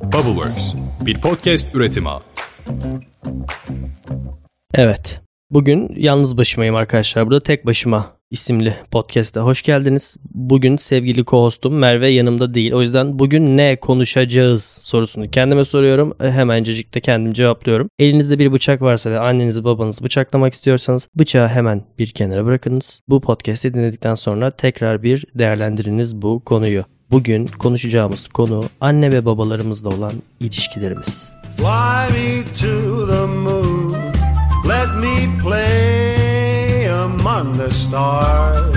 Bubbleworks, bir podcast üretimi. Evet, bugün yalnız başımayım arkadaşlar. Burada Tek Başıma isimli podcast'a hoş geldiniz. Bugün sevgili co-hostum Merve yanımda değil. O yüzden bugün ne konuşacağız sorusunu kendime soruyorum. Hemencecik de kendim cevaplıyorum. Elinizde bir bıçak varsa ve annenizi babanızı bıçaklamak istiyorsanız bıçağı hemen bir kenara bırakınız. Bu podcast'i dinledikten sonra tekrar bir değerlendiriniz bu konuyu. Bugün konuşacağımız konu anne ve babalarımızla olan ilişkilerimiz. Fly me to the moon, let me play among the stars.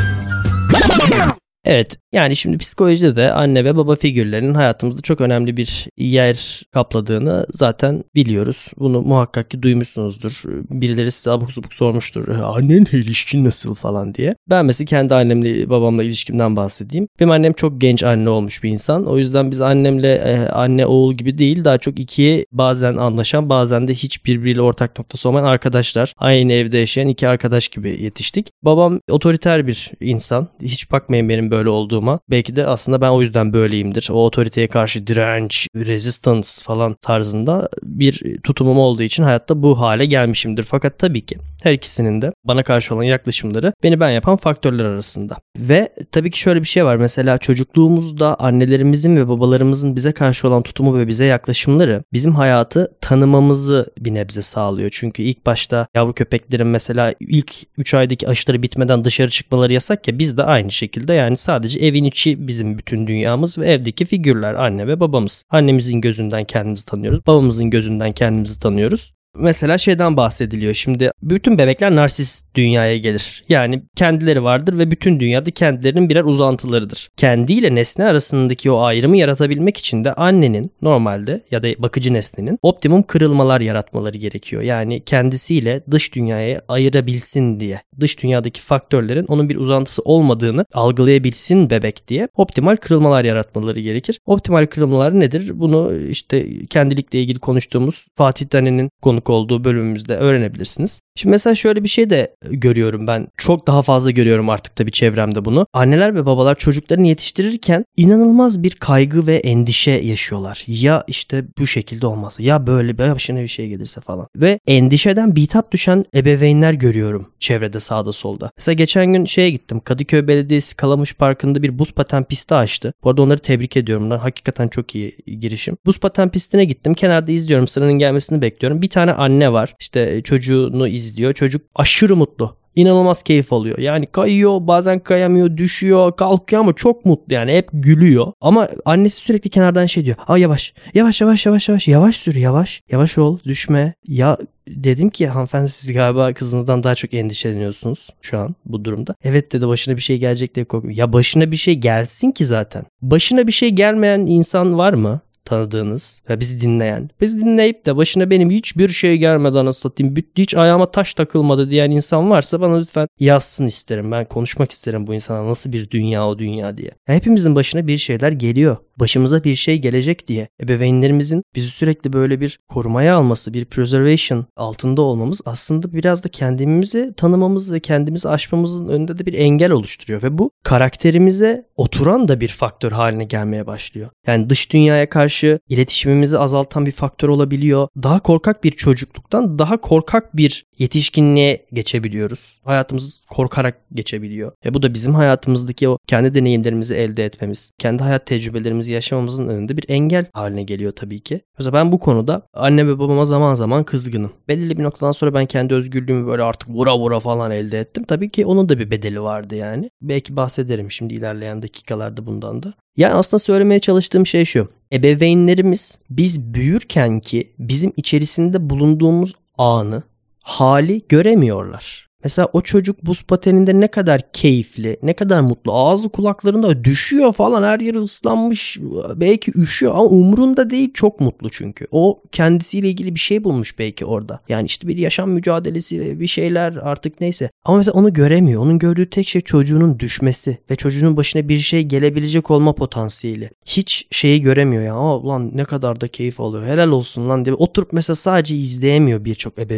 Evet, yani şimdi psikolojide de anne ve baba figürlerinin hayatımızda çok önemli bir yer kapladığını zaten biliyoruz. Bunu muhakkak ki duymuşsunuzdur. Birileri size abuk subuk sormuştur. Annenle ilişkin nasıl falan diye. Ben mesela kendi annemle babamla ilişkimden bahsedeyim. Benim annem çok genç anne olmuş bir insan. O yüzden biz annemle anne oğul gibi değil, daha çok ikiye bazen anlaşan, bazen de hiç birbiriyle ortak noktası olmayan arkadaşlar. Aynı evde yaşayan iki arkadaş gibi yetiştik. Babam otoriter bir insan. Hiç bakmayın benim böyle olduğuma. Belki de aslında ben o yüzden böyleyimdir. O otoriteye karşı direnç, resistance falan tarzında bir tutumum olduğu için hayatta bu hale gelmişimdir. Fakat tabii ki her ikisinin de bana karşı olan yaklaşımları beni ben yapan faktörler arasında. Ve tabii ki şöyle bir şey var. Mesela çocukluğumuzda annelerimizin ve babalarımızın bize karşı olan tutumu ve bize yaklaşımları bizim hayatı tanımamızı bir nebze sağlıyor. Çünkü ilk başta yavru köpeklerin mesela ilk 3 aydaki aşıları bitmeden dışarı çıkmaları yasak ya, biz de aynı şekilde, yani sadece evin içi bizim bütün dünyamız ve evdeki figürler anne ve babamız. Annemizin gözünden kendimizi tanıyoruz. Babamızın gözünden kendimizi tanıyoruz. Mesela şeyden bahsediliyor. Şimdi bütün bebekler narsist dünyaya gelir. Yani kendileri vardır ve bütün dünyada kendilerinin birer uzantılarıdır. Kendiyle nesne arasındaki o ayrımı yaratabilmek için de annenin normalde ya da bakıcı nesnenin optimum kırılmalar yaratmaları gerekiyor. Yani kendisiyle dış dünyaya ayırabilsin diye. Dış dünyadaki faktörlerin onun bir uzantısı olmadığını algılayabilsin bebek diye optimal kırılmalar yaratmaları gerekir. Optimal kırılmalar nedir? Bunu işte kendilikle ilgili konuştuğumuz Fatih Tane'nin konuk olduğu bölümümüzde öğrenebilirsiniz. Şimdi mesela şöyle bir şey de görüyorum ben. Çok daha fazla görüyorum artık tabii çevremde bunu. Anneler ve babalar çocuklarını yetiştirirken inanılmaz bir kaygı ve endişe yaşıyorlar. Ya işte bu şekilde olmazsa, ya böyle başına bir şey gelirse falan. Ve endişeden bitap düşen ebeveynler görüyorum çevrede, sağda solda. Mesela geçen gün şeye gittim. Kadıköy Belediyesi Kalamış Parkı'nda bir buz paten pisti açtı. Bu arada onları tebrik ediyorum. Bunlar hakikaten çok iyi girişim. Buz paten pistine gittim. Kenarda izliyorum. Sıranın gelmesini bekliyorum. Bir tane anne var. İşte çocuğunu izliyor. Çocuk aşırı mutlu. İnanılmaz keyif alıyor. Yani kayıyor, bazen kayamıyor, düşüyor, kalkıyor ama çok mutlu, yani hep gülüyor. Ama annesi sürekli kenardan şey diyor. Yavaş, yavaş, yavaş, yavaş, yavaş, yavaş sür, yavaş. Yavaş ol, düşme. Ya dedim ki hanımefendi, siz galiba kızınızdan daha çok endişeleniyorsunuz şu an bu durumda. Evet dedi, başına bir şey gelecek diye korkuyorum. Ya başına bir şey gelsin ki zaten. Başına bir şey gelmeyen insan var mı tanıdığınız ve bizi dinleyen? Bizi dinleyip de başına benim hiçbir şey gelmedi anasını satayım, hiç ayağıma taş takılmadı diyen insan varsa bana lütfen yazsın isterim. Ben konuşmak isterim bu insana, nasıl bir dünya o dünya diye. Yani hepimizin başına bir şeyler geliyor. Başımıza bir şey gelecek diye ebeveynlerimizin bizi sürekli böyle bir korumaya alması, bir preservation altında olmamız aslında biraz da kendimizi tanımamız ve kendimizi aşmamızın önünde de bir engel oluşturuyor ve bu karakterimize oturan da bir faktör haline gelmeye başlıyor. Yani dış dünyaya karşı iletişimimizi azaltan bir faktör olabiliyor. Daha korkak bir çocukluktan daha korkak bir yetişkinliğe geçebiliyoruz. Hayatımız korkarak geçebiliyor. Bu da bizim hayatımızdaki o kendi deneyimlerimizi elde etmemiz, kendi hayat tecrübelerimizi yaşamamızın önünde bir engel haline geliyor tabii ki. Mesela ben bu konuda anne ve babama zaman zaman kızgınım. Belirli bir noktadan sonra ben kendi özgürlüğümü böyle artık vura vura falan elde ettim. Tabii ki onun da bir bedeli vardı yani. Belki bahsederim şimdi ilerleyen dakikalarda bundan da. Yani aslında söylemeye çalıştığım şey şu. Ebeveynlerimiz biz büyürken ki bizim içerisinde bulunduğumuz anı, hali göremiyorlar. Mesela o çocuk buz pateninde ne kadar keyifli, ne kadar mutlu. Ağzı kulaklarında düşüyor falan, her yeri ıslanmış, belki üşüyor ama umurunda değil, çok mutlu çünkü. O kendisiyle ilgili bir şey bulmuş belki orada. Yani işte bir yaşam mücadelesi, bir şeyler artık neyse. Ama mesela onu göremiyor. Onun gördüğü tek şey çocuğunun düşmesi ve çocuğunun başına bir şey gelebilecek olma potansiyeli. Hiç şeyi göremiyor ya. Ulan ne kadar da keyif alıyor. Helal olsun lan diye. Oturup mesela sadece izleyemiyor birçok ebeveyn.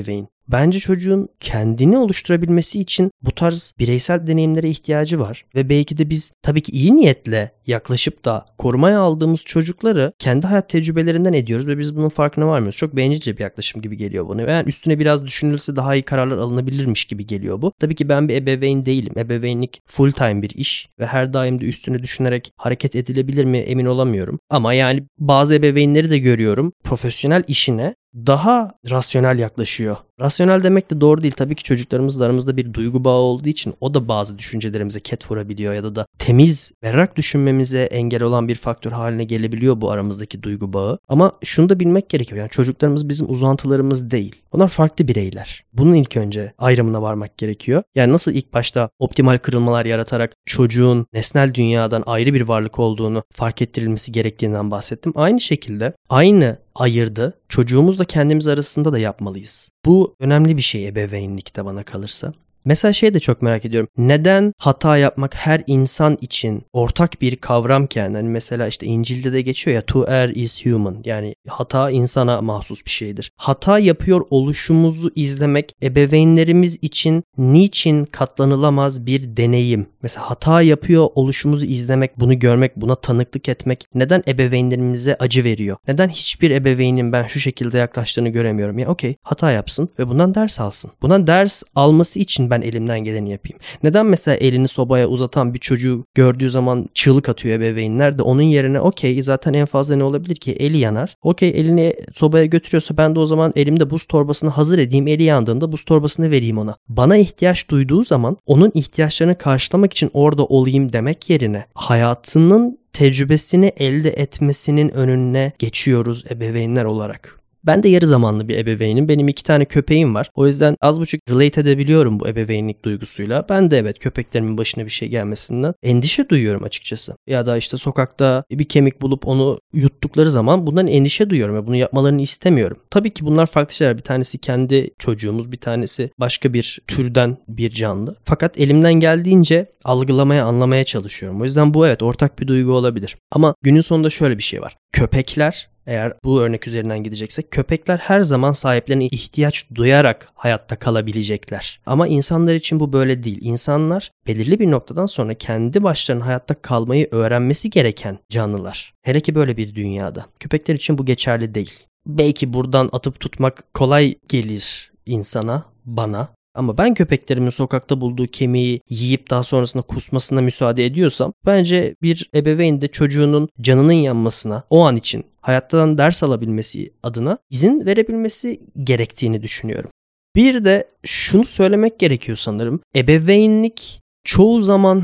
Bence çocuğun kendini oluşturabilmesi için bu tarz bireysel deneyimlere ihtiyacı var. Ve belki de biz tabii ki iyi niyetle yaklaşıp da korumaya aldığımız çocukları kendi hayat tecrübelerinden ediyoruz ve biz bunun farkına varmıyoruz. Çok bencilce bir yaklaşım gibi geliyor bana. Yani üstüne biraz düşünülse daha iyi kararlar alınabilirmiş gibi geliyor bu. Tabii ki ben bir ebeveyn değilim. Ebeveynlik full time bir iş ve her daim de üstüne düşünerek hareket edilebilir mi emin olamıyorum. Ama yani bazı ebeveynleri de görüyorum. Profesyonel işine daha rasyonel yaklaşıyor. Rasyonel demek de doğru değil. Tabii ki çocuklarımızla aramızda bir duygu bağı olduğu için o da bazı düşüncelerimize ket vurabiliyor ya da temiz, berrak düşünmemize engel olan bir faktör haline gelebiliyor bu aramızdaki duygu bağı. Ama şunu da bilmek gerekiyor. Yani çocuklarımız bizim uzantılarımız değil. Onlar farklı bireyler. Bunun ilk önce ayrımına varmak gerekiyor. Yani nasıl ilk başta optimal kırılmalar yaratarak çocuğun nesnel dünyadan ayrı bir varlık olduğunu fark ettirilmesi gerektiğinden bahsettim. Aynı şekilde aynı ayırdı çocuğumuzla kendimiz arasında da yapmalıyız. Bu önemli bir şey ebeveynlikte bana kalırsa. Mesela de çok merak ediyorum. Neden hata yapmak her insan için ortak bir kavramken, hani mesela işte İncil'de de geçiyor ya, to err is human, yani hata insana mahsus bir şeydir. Hata yapıyor oluşumuzu izlemek ebeveynlerimiz için niçin katlanılamaz bir deneyim? Mesela hata yapıyor oluşumuzu izlemek, bunu görmek, buna tanıklık etmek neden ebeveynlerimize acı veriyor? Neden hiçbir ebeveynin ben şu şekilde yaklaştığını göremiyorum? Ya okey, hata yapsın ve bundan ders alsın. Bundan ders alması için ben elimden geleni yapayım. Neden mesela elini sobaya uzatan bir çocuğu gördüğü zaman çığlık atıyor ebeveynler de onun yerine okey zaten en fazla ne olabilir ki? Eli yanar. Okey, elini sobaya götürüyorsa ben de o zaman elimde buz torbasını hazır edeyim. Eli yandığında buz torbasını vereyim ona. Bana ihtiyaç duyduğu zaman onun ihtiyaçlarını karşılamak için orada olayım demek yerine hayatının tecrübesini elde etmesinin önüne geçiyoruz ebeveynler olarak. Ben de yarı zamanlı bir ebeveynim. Benim 2 tane köpeğim var. O yüzden az buçuk relate edebiliyorum bu ebeveynlik duygusuyla. Ben de evet köpeklerimin başına bir şey gelmesinden endişe duyuyorum açıkçası. Ya da işte sokakta bir kemik bulup onu yuttukları zaman bundan endişe duyuyorum ve bunu yapmalarını istemiyorum. Tabii ki bunlar farklı şeyler. Bir tanesi kendi çocuğumuz, bir tanesi başka bir türden bir canlı. Fakat elimden geldiğince algılamaya, anlamaya çalışıyorum. O yüzden bu evet ortak bir duygu olabilir. Ama günün sonunda şöyle bir şey var. Köpekler, eğer bu örnek üzerinden gideceksek, köpekler her zaman sahiplerine ihtiyaç duyarak hayatta kalabilecekler. Ama insanlar için bu böyle değil. İnsanlar belirli bir noktadan sonra kendi başlarına hayatta kalmayı öğrenmesi gereken canlılar. Hele ki böyle bir dünyada. Köpekler için bu geçerli değil. Belki buradan atıp tutmak kolay gelir insana, bana. Ama ben köpeklerimin sokakta bulduğu kemiği yiyip daha sonrasında kusmasına müsaade ediyorsam bence bir ebeveyn de çocuğunun canının yanmasına o an için hayattan ders alabilmesi adına izin verebilmesi gerektiğini düşünüyorum. Bir de şunu söylemek gerekiyor sanırım. Ebeveynlik çoğu zaman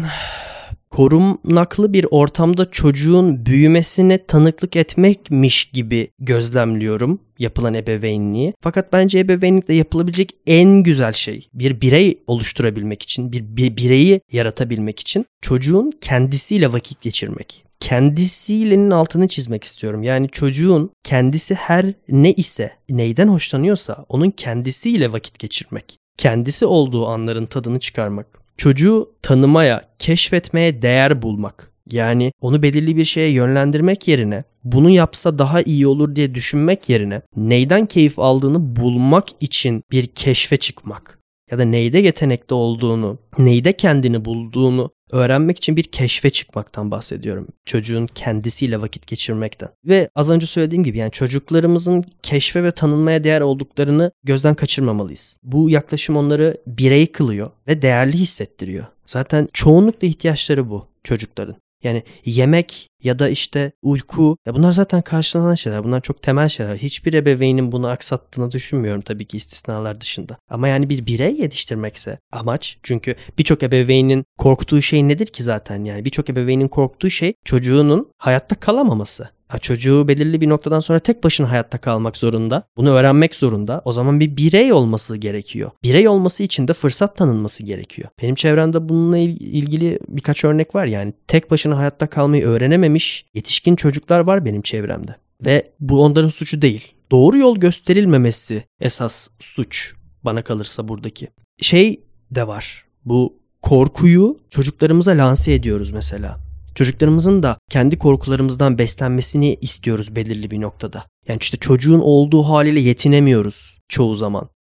korunaklı bir ortamda çocuğun büyümesine tanıklık etmekmiş gibi gözlemliyorum yapılan ebeveynliği. Fakat bence ebeveynlikle yapılabilecek en güzel şey, bir birey oluşturabilmek için, bir bireyi yaratabilmek için çocuğun kendisiyle vakit geçirmek. Kendisiyle'nin altını çizmek istiyorum. Yani çocuğun kendisi her ne ise, neyden hoşlanıyorsa onun kendisiyle vakit geçirmek. Kendisi olduğu anların tadını çıkarmak. Çocuğu tanımaya, keşfetmeye değer bulmak. Yani onu belirli bir şeye yönlendirmek yerine, bunu yapsa daha iyi olur diye düşünmek yerine neyden keyif aldığını bulmak için bir keşfe çıkmak. Ya da neyde yetenekli olduğunu, neyde kendini bulduğunu öğrenmek için bir keşfe çıkmaktan bahsediyorum. Çocuğun kendisiyle vakit geçirmekten. Ve az önce söylediğim gibi yani çocuklarımızın keşfe ve tanınmaya değer olduklarını gözden kaçırmamalıyız. Bu yaklaşım onları birey kılıyor ve değerli hissettiriyor. Zaten çoğunlukla ihtiyaçları bu çocukların. Yani yemek ya da işte uyku, ya bunlar zaten karşılanan şeyler. Bunlar çok temel şeyler. Hiçbir ebeveynin bunu aksattığını düşünmüyorum tabii ki istisnalar dışında. Ama yani bir birey yetiştirmekse amaç. Çünkü birçok ebeveynin korktuğu şey nedir ki zaten? Yani birçok ebeveynin korktuğu şey çocuğunun hayatta kalamaması. Çocuğu belirli bir noktadan sonra tek başına hayatta kalmak zorunda. Bunu öğrenmek zorunda. O zaman bir birey olması gerekiyor. Birey olması için de fırsat tanınması gerekiyor. Benim çevremde bununla ilgili birkaç örnek var. Yani tek başına hayatta kalmayı öğrenememiş yetişkin çocuklar var benim çevremde. Ve bu onların suçu değil. Doğru yol gösterilmemesi esas suç bana kalırsa buradaki. Şey de var. Bu korkuyu çocuklarımıza lanse ediyoruz mesela. Çocuklarımızın da kendi korkularımızdan beslenmesini istiyoruz belirli bir noktada. Yani işte çocuğun olduğu haliyle yetinemiyoruz çoğu zaman.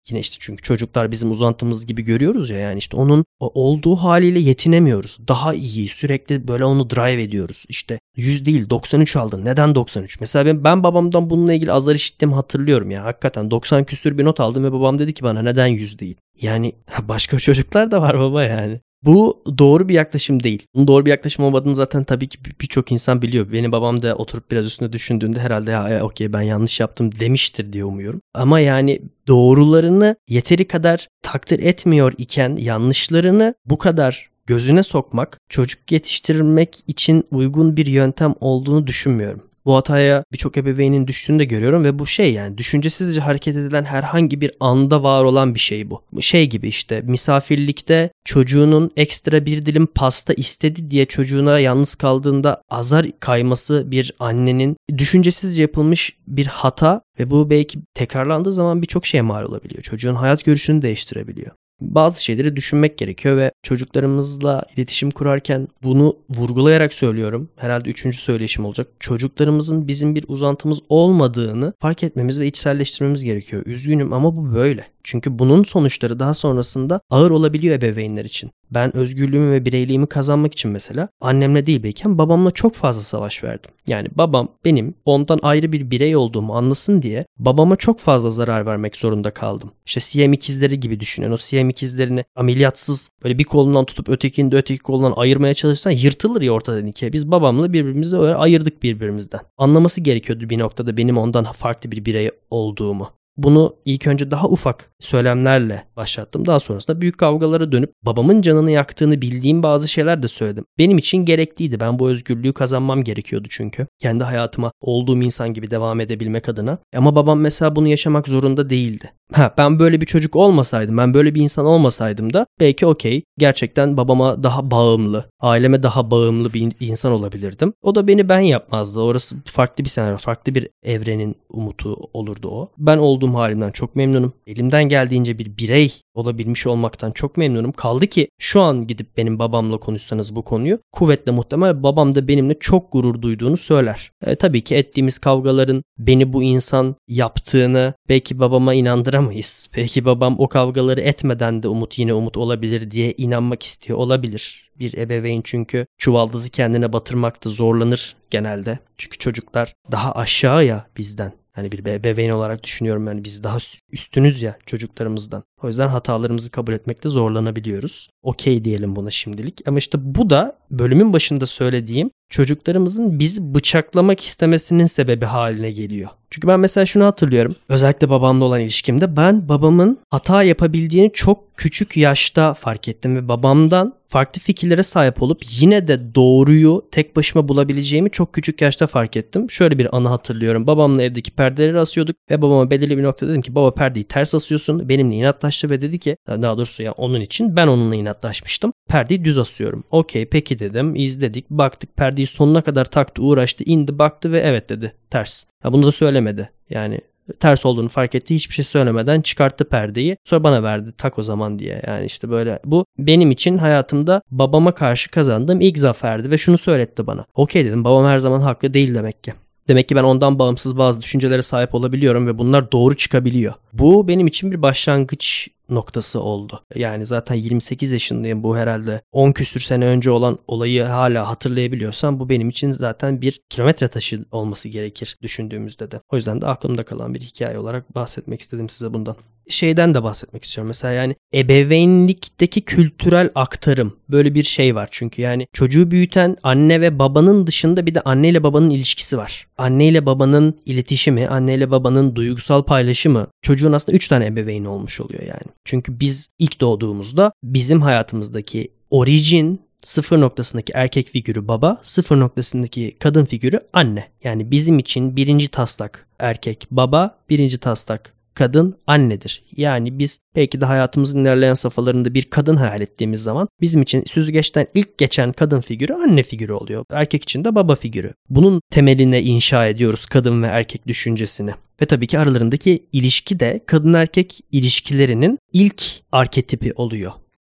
Yine işte çünkü çocuklar bizim uzantımız gibi görüyoruz ya, yani işte onun olduğu haliyle yetinemiyoruz. Daha iyi, sürekli böyle onu drive ediyoruz. İşte 100 değil 93 aldın. Neden 93? Mesela ben babamdan bununla ilgili azar işittiğimi hatırlıyorum ya. Hakikaten 90 küsür bir not aldım ve babam dedi ki bana neden 100 değil? Yani başka çocuklar da var baba yani. Bu doğru bir yaklaşım değil. Bunun doğru bir yaklaşım olmadığını zaten tabii ki birçok insan biliyor. Benim babam da oturup biraz üstüne düşündüğünde herhalde ya okey ben yanlış yaptım demiştir diye umuyorum. Ama yani doğrularını yeteri kadar takdir etmiyor iken yanlışlarını bu kadar gözüne sokmak çocuk yetiştirmek için uygun bir yöntem olduğunu düşünmüyorum. Bu hataya birçok ebeveynin düştüğünü de görüyorum ve bu yani düşüncesizce hareket edilen herhangi bir anda var olan bir şey bu. Şey gibi işte misafirlikte çocuğunun ekstra bir dilim pasta istedi diye çocuğuna yalnız kaldığında azar kayması bir annenin düşüncesizce yapılmış bir hata ve bu belki tekrarlandığı zaman birçok şeye mal olabiliyor. Çocuğun hayat görüşünü değiştirebiliyor. Bazı şeyleri düşünmek gerekiyor ve çocuklarımızla iletişim kurarken bunu vurgulayarak söylüyorum. Herhalde 3. söyleşim olacak. Çocuklarımızın bizim bir uzantımız olmadığını fark etmemiz ve içselleştirmemiz gerekiyor. Üzgünüm ama bu böyle. Çünkü bunun sonuçları daha sonrasında ağır olabiliyor ebeveynler için. Ben özgürlüğümü ve bireyliğimi kazanmak için mesela annemle değil belki babamla çok fazla savaş verdim. Yani babam benim ondan ayrı bir birey olduğumu anlasın diye babama çok fazla zarar vermek zorunda kaldım. İşte Siam ikizleri gibi düşünün. O Siam ikizlerini ameliyatsız böyle bir kolundan tutup ötekini de öteki kolundan ayırmaya çalışsan yırtılır ya ortadan ikiye. Biz babamla birbirimizi öyle ayırdık birbirimizden. Anlaması gerekiyordu bir noktada benim ondan farklı bir birey olduğumu. Bunu ilk önce daha ufak söylemlerle başlattım. Daha sonrasında büyük kavgalara dönüp babamın canını yaktığını bildiğim bazı şeyler de söyledim. Benim için gerekliydi. Ben bu özgürlüğü kazanmam gerekiyordu çünkü. Kendi hayatıma olduğum insan gibi devam edebilmek adına. Ama babam mesela bunu yaşamak zorunda değildi. Ben böyle bir çocuk olmasaydım, ben böyle bir insan olmasaydım da belki okey, gerçekten babama daha bağımlı, aileme daha bağımlı bir insan olabilirdim. O da beni ben yapmazdı. Orası farklı bir senaryo, farklı bir evrenin umutu olurdu o. Ben olduğum halimden çok memnunum. Elimden geldiğince bir birey olabilmiş olmaktan çok memnunum. Kaldı ki şu an gidip benim babamla konuşsanız bu konuyu kuvvetle muhtemel babam da benimle çok gurur duyduğunu söyler. Tabii ki ettiğimiz kavgaların beni bu insan yaptığını belki babama inandıramayız. Belki babam o kavgaları etmeden de yine umut olabilir diye inanmak istiyor olabilir. Bir ebeveyn çünkü çuvaldızı kendine batırmakta zorlanır genelde. Çünkü çocuklar daha aşağı ya bizden. Hani bir ebeveyn olarak düşünüyorum, yani biz daha üstünüz ya çocuklarımızdan. O yüzden hatalarımızı kabul etmekte zorlanabiliyoruz. Okey diyelim buna şimdilik. Ama işte bu da bölümün başında söylediğim çocuklarımızın bizi bıçaklamak istemesinin sebebi haline geliyor. Çünkü ben mesela şunu hatırlıyorum. Özellikle babamla olan ilişkimde ben babamın hata yapabildiğini çok küçük yaşta fark ettim ve babamdan farklı fikirlere sahip olup yine de doğruyu tek başıma bulabileceğimi çok küçük yaşta fark ettim. Şöyle bir anı hatırlıyorum. Babamla evdeki perdeleri asıyorduk ve babama belirli bir noktada dedim ki baba perdeyi ters asıyorsun. Benimle inatlaştı ve dedi ki, daha doğrusu ya onun için ben onunla inatlaşmıştım. Perdeyi düz asıyorum. Okey peki dedim. İzledik, baktık, perdeyi sonuna kadar taktı, uğraştı, indi, baktı ve evet dedi ters. Bunu da söylemedi. Yani ters olduğunu fark etti. Hiçbir şey söylemeden çıkarttı perdeyi. Sonra bana verdi, tak o zaman diye. Yani işte böyle, bu benim için hayatımda babama karşı kazandığım ilk zaferdi ve şunu söyletti bana. Okey dedim, babam her zaman haklı değil demek ki. Demek ki ben ondan bağımsız bazı düşüncelere sahip olabiliyorum ve bunlar doğru çıkabiliyor. Bu benim için bir başlangıç noktası oldu. Yani zaten 28 yaşındayım. Bu herhalde 10 küsür sene önce olan olayı hala hatırlayabiliyorsam bu benim için zaten bir kilometre taşı olması gerekir düşündüğümüzde de. O yüzden de aklımda kalan bir hikaye olarak bahsetmek istedim size bundan. Şeyden de bahsetmek istiyorum. Mesela yani ebeveynlikteki kültürel aktarım, böyle bir şey var çünkü yani çocuğu büyüten anne ve babanın dışında bir de anne ile babanın ilişkisi var. Anne ile babanın iletişimi, anne ile babanın duygusal paylaşımı, çocuğun aslında 3 tane ebeveyni olmuş oluyor yani. Çünkü biz ilk doğduğumuzda bizim hayatımızdaki orijin sıfır noktasındaki erkek figürü baba, sıfır noktasındaki kadın figürü anne. Yani bizim için birinci taslak erkek baba, birinci taslak kadın annedir. Yani biz belki de hayatımızın ilerleyen safhalarında bir kadın hayal ettiğimiz zaman bizim için süzgeçten ilk geçen kadın figürü anne figürü oluyor. Erkek için de baba figürü. Bunun temeline inşa ediyoruz kadın ve erkek düşüncesini. Ve tabii ki aralarındaki ilişki de kadın erkek ilişkilerinin ilk arketipi oluyor.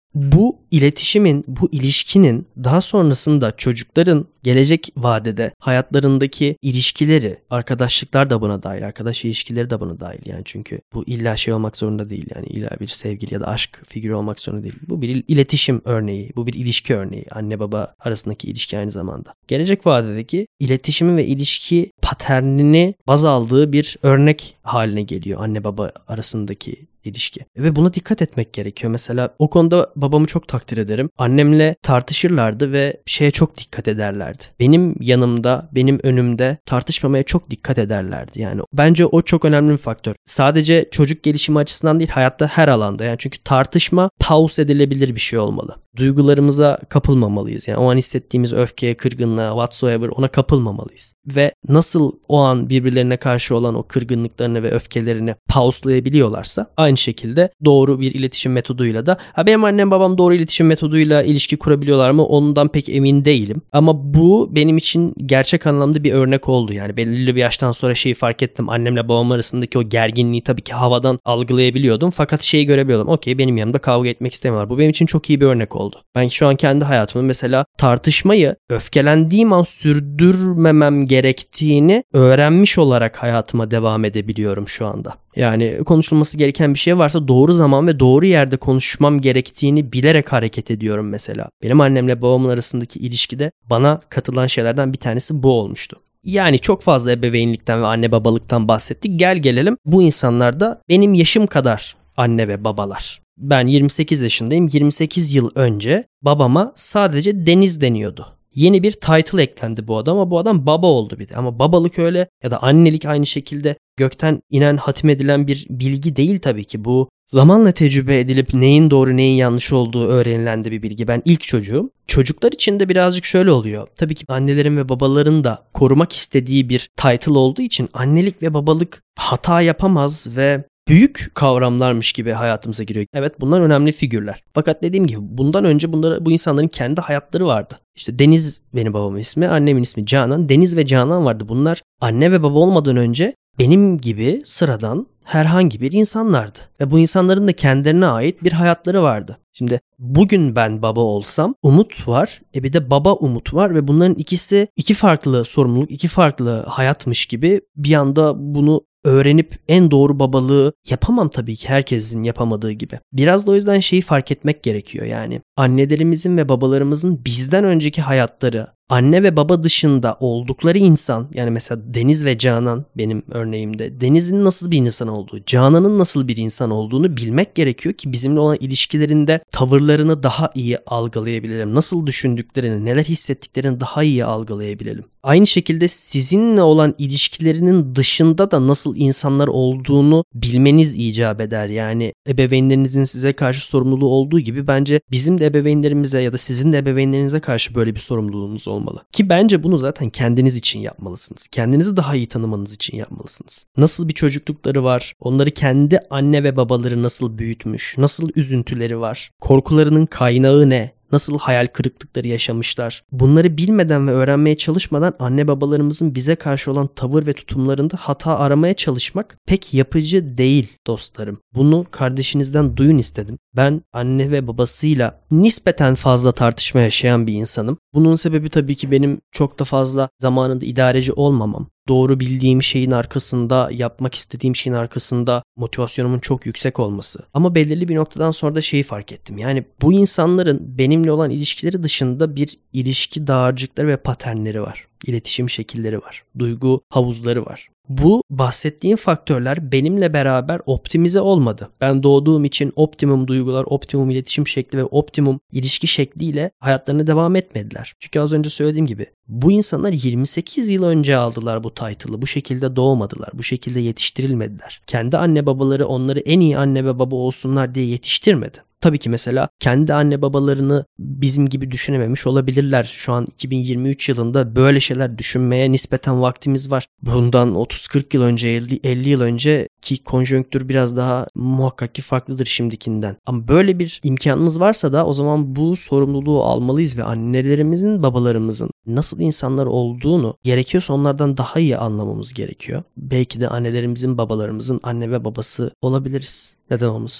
bu iletişimin, bu ilişkinin daha sonrasında çocukların gelecek vadede hayatlarındaki ilişkileri, arkadaşlıklar da buna dahil, arkadaş ilişkileri de buna dahil yani, çünkü bu illa şey olmak zorunda değil yani, illa bir sevgili ya da aşk figürü olmak zorunda değil. Bu bir iletişim örneği, bu bir ilişki örneği, anne baba arasındaki ilişki aynı zamanda. Gelecek vadedeki iletişimi ve ilişki paternini baz aldığı bir örnek haline geliyor anne baba arasındaki ilişki. Ve buna dikkat etmek gerekiyor. Mesela o konuda babamı çok takdir ederim. Annemle tartışırlardı ve şeye çok dikkat ederlerdi. Benim yanımda, benim önümde tartışmamaya çok dikkat ederlerdi. Yani bence o çok önemli bir faktör. Sadece çocuk gelişimi açısından değil, hayatta her alanda. Yani çünkü tartışma pause edilebilir bir şey olmalı. Duygularımıza kapılmamalıyız. Yani o an hissettiğimiz öfkeye, kırgınlığa, whatsoever, ona kapılmamalıyız. Ve nasıl o an birbirlerine karşı olan o kırgınlıklarını ve öfkelerini pauselayabiliyorlarsa aynı şekilde doğru bir iletişim metoduyla da, benim annem babam doğru iletişim metoduyla ilişki kurabiliyorlar mı? Ondan pek emin değilim. Ama bu benim için gerçek anlamda bir örnek oldu. Yani belirli bir yaştan sonra şeyi fark ettim. Annemle babam arasındaki o gerginliği tabii ki havadan algılayabiliyordum. Fakat şeyi görebiliyordum. Okey, benim yanımda kavga etmek istemiyorlar. Bu benim için çok iyi bir örnek oldu. Ben şu an kendi hayatımda mesela tartışmayı öfkelendiğim an sürdürmemem gerektiğini öğrenmiş olarak hayatıma devam edebiliyorum şu anda. Yani konuşulması gereken bir şey varsa doğru zaman ve doğru yerde konuşmam gerektiğini bilerek hareket ediyorum mesela. Benim annemle babamın arasındaki ilişkide bana katılan şeylerden bir tanesi bu olmuştu. Yani çok fazla ebeveynlikten ve anne babalıktan bahsettik. Gel gelelim, bu insanlar da benim yaşım kadar anne ve babalar. Ben 28 yaşındayım. 28 yıl önce babama sadece Deniz deniyordu. Yeni bir title eklendi bu adama. Bu adam baba oldu bir de. Ama babalık öyle ya da annelik aynı şekilde gökten inen, hatim bir bilgi değil tabii ki. Bu zamanla tecrübe edilip neyin doğru neyin yanlış olduğu öğrenilen de bir bilgi. Ben ilk çocuğum. Çocuklar için de birazcık şöyle oluyor. Tabii ki annelerin ve babaların da korumak istediği bir title olduğu için annelik ve babalık hata yapamaz ve büyük kavramlarmış gibi hayatımıza giriyor. Evet, bunlar önemli figürler. Fakat dediğim gibi bundan önce bu insanların kendi hayatları vardı. İşte Deniz benim babamın ismi, annemin ismi Canan. Deniz ve Canan vardı. Bunlar anne ve baba olmadan önce benim gibi sıradan herhangi bir insanlardı. Ve bu insanların da kendilerine ait bir hayatları vardı. Şimdi bugün ben baba olsam Umut var, bir de baba Umut var ve bunların ikisi iki farklı sorumluluk, iki farklı hayatmış gibi bir anda bunu öğrenip en doğru babalığı yapamam tabii ki, herkesin yapamadığı gibi. Biraz da o yüzden şeyi fark etmek gerekiyor yani. Annelerimizin ve babalarımızın bizden önceki hayatları, anne ve baba dışında oldukları insan, yani mesela Deniz ve Canan benim örneğimde, Deniz'in nasıl bir insan olduğu, Canan'ın nasıl bir insan olduğunu bilmek gerekiyor ki bizimle olan ilişkilerinde tavırlarını daha iyi algılayabilelim. Nasıl düşündüklerini, neler hissettiklerini daha iyi algılayabilelim. Aynı şekilde sizinle olan ilişkilerinin dışında da nasıl insanlar olduğunu bilmeniz icap eder. Yani ebeveynlerinizin size karşı sorumluluğu olduğu gibi bence bizim de ebeveynlerimize ya da sizin de ebeveynlerinize karşı böyle bir sorumluluğunuz olmalı. Ki bence bunu zaten kendiniz için yapmalısınız. Kendinizi daha iyi tanımanız için yapmalısınız. Nasıl bir çocuklukları var? Onları kendi anne ve babaları nasıl büyütmüş? Nasıl üzüntüleri var? Korkularının kaynağı ne? Nasıl hayal kırıklıkları yaşamışlar? Bunları bilmeden ve öğrenmeye çalışmadan anne babalarımızın bize karşı olan tavır ve tutumlarında hata aramaya çalışmak pek yapıcı değil dostlarım. Bunu kardeşinizden duyun istedim. Ben anne ve babasıyla nispeten fazla tartışma yaşayan bir insanım. Bunun sebebi tabii ki benim çok da fazla zamanında idareci olmamam. Doğru bildiğim şeyin arkasında, yapmak istediğim şeyin arkasında motivasyonumun çok yüksek olması. Ama belirli bir noktadan sonra da şeyi fark ettim. Yani bu insanların benimle olan ilişkileri dışında bir ilişki dağarcıkları ve paternleri var. İletişim şekilleri var. Duygu havuzları var. Bu bahsettiğim faktörler benimle beraber optimize olmadı. Ben doğduğum için optimum duygular, optimum iletişim şekli ve optimum ilişki şekliyle hayatlarına devam etmediler. Çünkü az önce söylediğim gibi bu insanlar 28 yıl önce aldılar bu title'ı. Bu şekilde doğmadılar. Bu şekilde yetiştirilmediler. Kendi anne babaları onları en iyi anne ve baba olsunlar diye yetiştirmedi. Tabii ki mesela kendi anne babalarını bizim gibi düşünememiş olabilirler. Şu an 2023 yılında böyle şeyler düşünmeye nispeten vaktimiz var. Bundan 30-40 yıl önce, 50 yıl önce ki konjonktür biraz daha muhakkak ki farklıdır şimdikinden. Ama böyle bir imkanımız varsa da o zaman bu sorumluluğu almalıyız ve annelerimizin, babalarımızın nasıl insanlar olduğunu gerekiyorsa onlardan daha iyi anlamamız gerekiyor. Belki de annelerimizin, babalarımızın anne ve babası olabiliriz. Neden olmasın?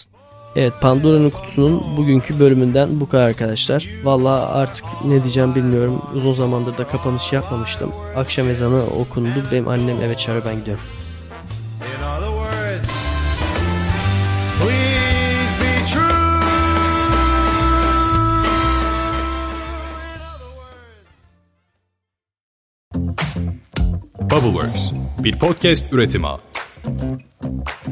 Evet, Pandora'nın kutusunun bugünkü bölümünden bu kadar arkadaşlar. Vallahi artık ne diyeceğim bilmiyorum. Uzun zamandır da kapanış yapmamıştım. Akşam ezanı okundu. Benim annem eve çağırıyor, ben gidiyorum. In other words, please be true. Bubbleworks bir podcast üretimi.